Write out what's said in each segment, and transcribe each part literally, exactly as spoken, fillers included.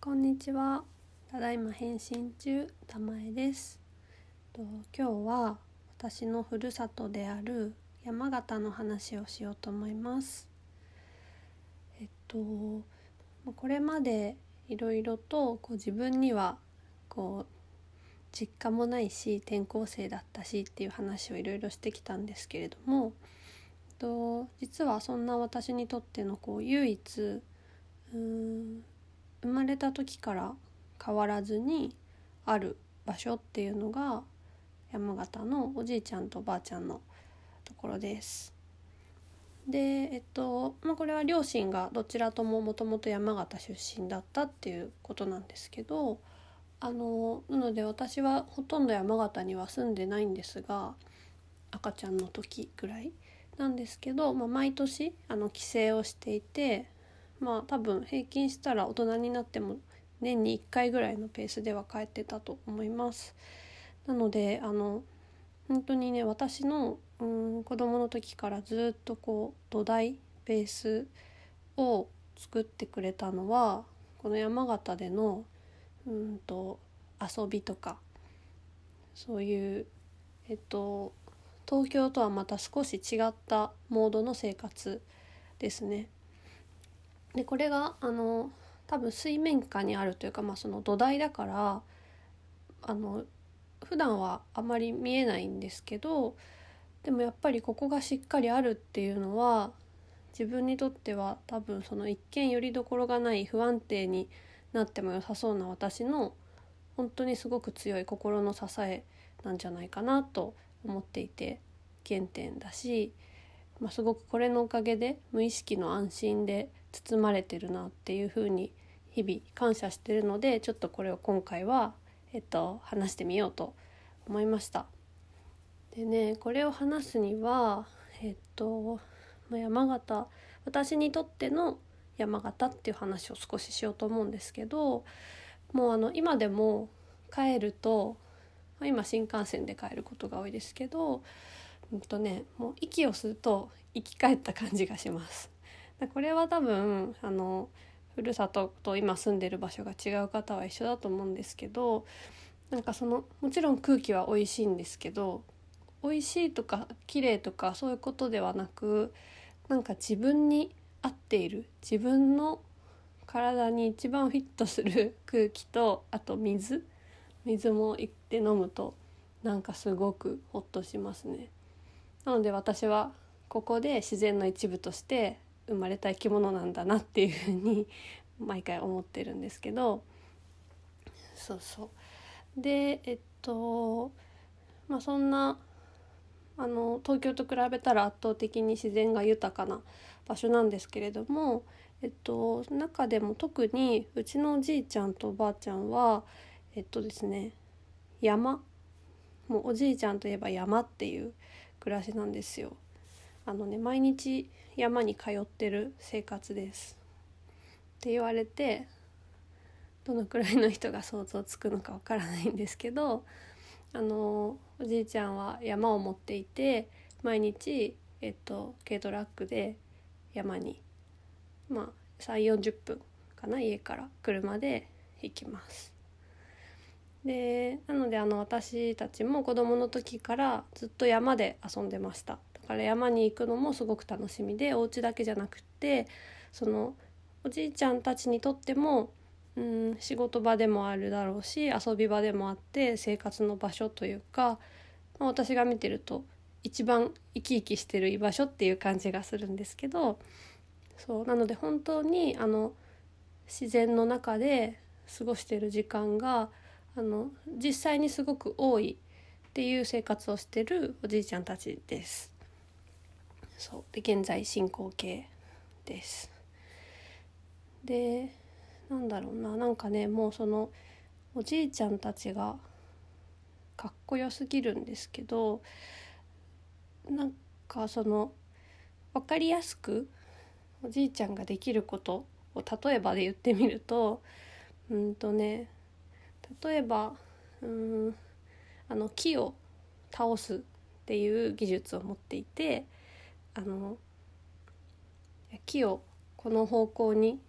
こんにちは。ただいま返信中、たまえです。と今日は私のふるさとである山形の話をしようと思います。えっとこれまでいろいろとこう自分にはこう実家もないし転校生だったしっていう話をいろいろしてきたんですけれども、と実はそんな私にとってのこう唯一うーん生まれた時から変わらずにある場所っていうのが山形のおじいちゃんとおばあちゃんのところです。でえっとまあこれは両親がどちらとももともと山形出身だったっていうことなんですけど、あのなので私はほとんど山形には住んでないんですが、赤ちゃんの時ぐらいなんですけど、まあ、毎年あの帰省をしていて、まあ多分平均したら大人になっても年にいっかいぐらいのペースでは帰ってたと思います。なのであの本当にね、私のうん子供の時からずっとこう土台ベースを作ってくれたのはこの山形でのうんと遊びとか、そういうえっと東京とはまた少し違ったモードの生活ですね。でこれがあの多分水面下にあるというか、まあ、その土台だからあの普段はあまり見えないんですけど、でもやっぱりここがしっかりあるっていうのは自分にとっては多分その一見よりどころがない不安定になっても良さそうな私の本当にすごく強い心の支えなんじゃないかなと思っていて、原点だし、まあ、すごくこれのおかげで無意識の安心で包まれてるなっていう風に日々感謝してるので、ちょっとこれを今回は、えっと、話してみようと思いました。でね、これを話すにはえっと、まあ、山形、私にとっての山形っていう話を少ししようと思うんですけど、もうあの今でも帰ると、今新幹線で帰ることが多いですけど、うんとね、もう息を吸うと生き返った感じがします。これは多分あのふるさとと今住んでる場所が違う方は一緒だと思うんですけど、なんかそのもちろん空気は美味しいんですけど、美味しいとか綺麗とかそういうことではなく、なんか自分に合っている、自分の体に一番フィットする空気と、あと水水も行って飲むとなんかすごくホッとしますね。なので私はここで自然の一部として生まれた生き物なんだなっていうふうに毎回思ってるんですけど、そうそうでえっとまあそんなあの東京と比べたら圧倒的に自然が豊かな場所なんですけれども、えっと中でも特にうちのおじいちゃんとおばあちゃんはえっとですね山、もうおじいちゃんといえば山っていう暮らしなんですよ。あのね、毎日山に通ってる生活ですって言われて、どのくらいの人が想像つくのかわからないんですけど、あのおじいちゃんは山を持っていて、毎日、えっと、軽トラックで山に、まあ、さんじゅうよんじゅっぷんかな、家から車で行きます。でなのであの私たちも子供の時からずっと山で遊んでました。だから山に行くのもすごく楽しみで、お家だけじゃなくってそのおじいちゃんたちにとってもうん仕事場でもあるだろうし、遊び場でもあって生活の場所というか、まあ、私が見てると一番生き生きしてる居場所っていう感じがするんですけど、そうなので本当にあの自然の中で過ごしてる時間があの実際にすごく多いっていう生活をしてるおじいちゃんたちです。そうで現在進行形です。でなんだろうな、なんかね、もうそのおじいちゃんたちがかっこよすぎるんですけど、なんかその分かりやすくおじいちゃんができることを例えばで言ってみると、うんとね例えばうーんあの木を倒すっていう技術を持っていて、あの木をこの方向に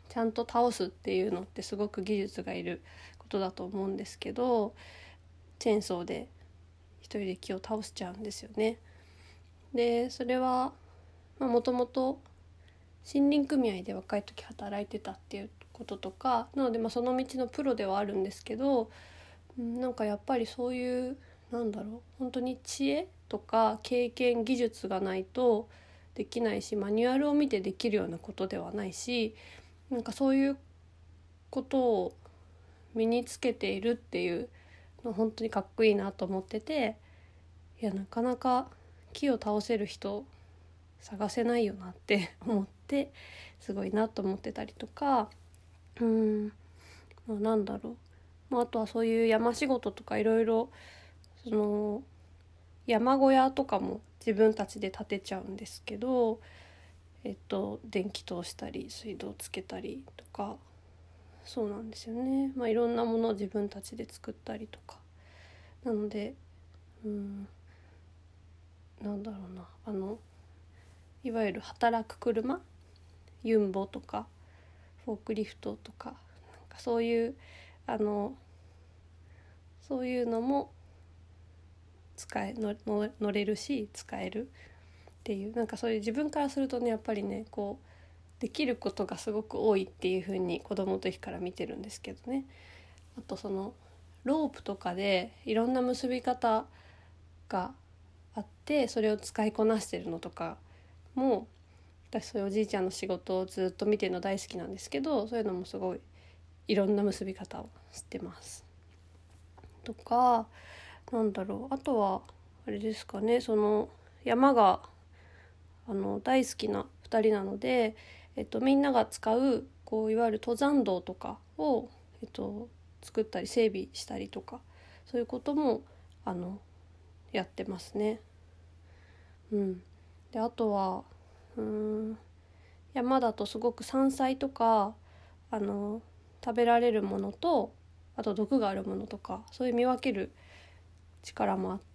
ちゃんと倒すっていうのってすごく技術がいることだと思うんですけど、チェーンソーで一人で木を倒しちゃうんですよね。でそれはもともと森林組合で若い時働いてたっていうこととかなので、まあ、その道のプロではあるんですけど、なんかやっぱりそういうなんだろう本当に知恵とか経験技術がないとできないし、マニュアルを見てできるようなことではないし、なんかそういうことを身につけているっていうの本当にかっこいいなと思ってて、いやなかなか木を倒せる人探せないよなって思ってすごいなと思ってたりとか、うーん、まあ、なんだろう、まあ、あとはそういう山仕事とかいろいろその山小屋とかも自分たちで建てちゃうんですけど、えっと電気通したり水道つけたりとか、そうなんですよね。まあいろんなものを自分たちで作ったりとかなので、うんなんだろうなあのいわゆる働く車、ユンボとかフォークリフトとか、なんかそういうあのそういうのも使えのの乗れるし使えるっていう、なんかそういう自分からするとねやっぱりねこうできることがすごく多いっていう風に子供の時から見てるんですけどね。あとそのロープとかでいろんな結び方があってそれを使いこなしてるのとかも、私そういうおじいちゃんの仕事をずっと見てるの大好きなんですけど、そういうのもすごいいろんな結び方を知ってますとか、なんだろう、あとはあれですかね、その山があの大好きなふたりなので、えっと、みんなが使うこういわゆる登山道とかを、えっと、作ったり整備したりとかそういうこともあのやってますね。うん、であとはうーん山だとすごく山菜とかあの食べられるものとあと毒があるものとかそういう見分ける力もあって、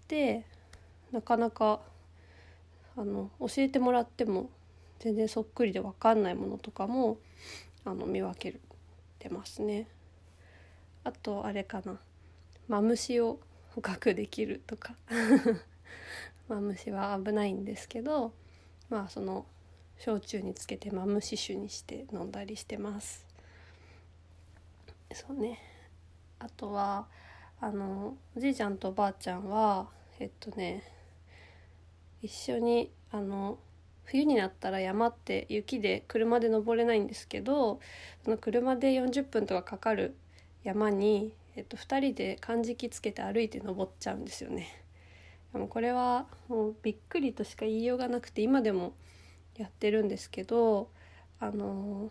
なかなかあの教えてもらっても全然そっくりで分かんないものとかもあの見分けてますね。あとあれかな、マムシを捕獲できるとかマムシは危ないんですけど、まあその焼酎につけてマムシ酒にして飲んだりしてます。そうね。あとはあのおじいちゃんとおばあちゃんはえっとね一緒にあの冬になったら山って雪で車で登れないんですけど、その車でよんじゅっぷんとかかかる山に、えっと、ふたりでかんじきつけて歩いて登っちゃうんですよね。でもこれはもうびっくりとしか言いようがなくて今でもやってるんですけど、あの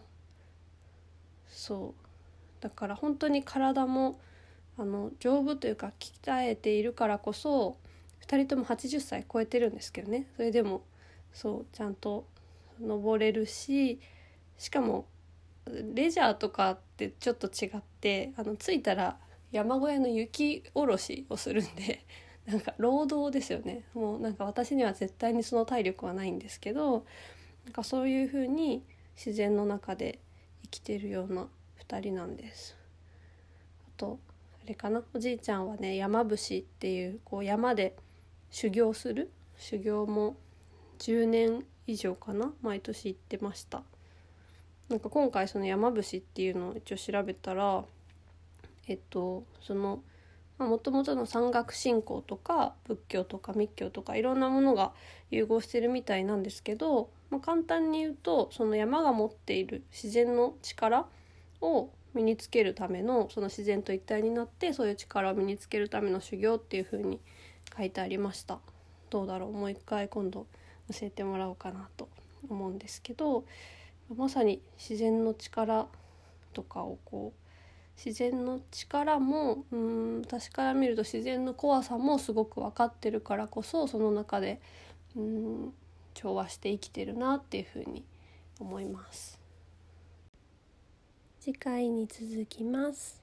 そうだから本当に体もあの丈夫というか鍛えているからこそふたりともはちじゅっさい超えてるんですけどね、それでもそうちゃんと登れるし、しかもレジャーとかってちょっと違ってあの着いたら山小屋の雪下ろしをするんでなんか労働ですよね。もうなんか私には絶対にその体力はないんですけど、なんかそういう風に自然の中で生きているようなふたりなんです。あとあれかな、おじいちゃんはね山伏っていう、こう山で修行する修行もじゅうねん以上かな毎年行ってました。なんか今回その山伏っていうのを一応調べたら、えっとそのもともとの山岳信仰とか仏教とか密教とかいろんなものが融合してるみたいなんですけど、まあ、簡単に言うとその山が持っている自然の力を身につけるための、その自然と一体になってそういう力を身につけるための修行っていう風に書いてありました。どうだろう、もう一回今度教えてもらおうかなと思うんですけど、まさに自然の力とかをこう自然の力もうーん私から見ると自然の怖さもすごく分かってるからこそ、その中でうーん調和して生きてるなっていうふうに思います。次回に続きます。